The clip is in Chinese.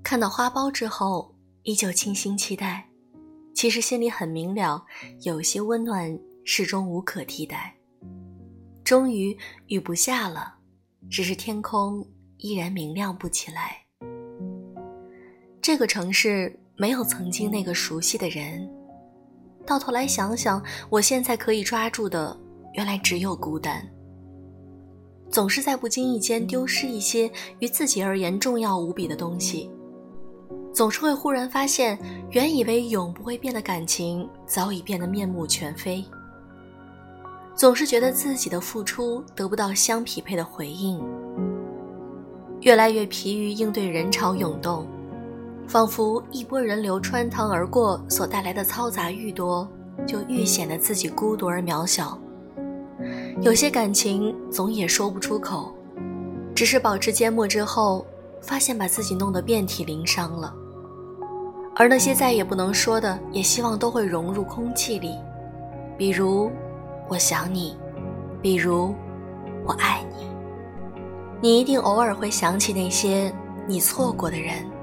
看到花苞之后依旧倾心期待，其实心里很明了，有些温暖始终无可替代。终于雨不下了，只是天空依然明亮不起来。这个城市没有曾经那个熟悉的人，到头来想想，我现在可以抓住的原来只有孤单。总是在不经意间丢失一些于自己而言重要无比的东西，总是会忽然发现，原以为永不会变的感情早已变得面目全非。总是觉得自己的付出得不到相匹配的回应，越来越疲于应对人潮涌动，仿佛一波人流穿堂而过所带来的嘈杂愈多，就愈显得自己孤独而渺小。有些感情总也说不出口，只是保持缄默之后，发现把自己弄得遍体鳞伤了。而那些再也不能说的，也希望都会融入空气里，比如我想你，比如我爱你。你一定偶尔会想起那些你错过的人，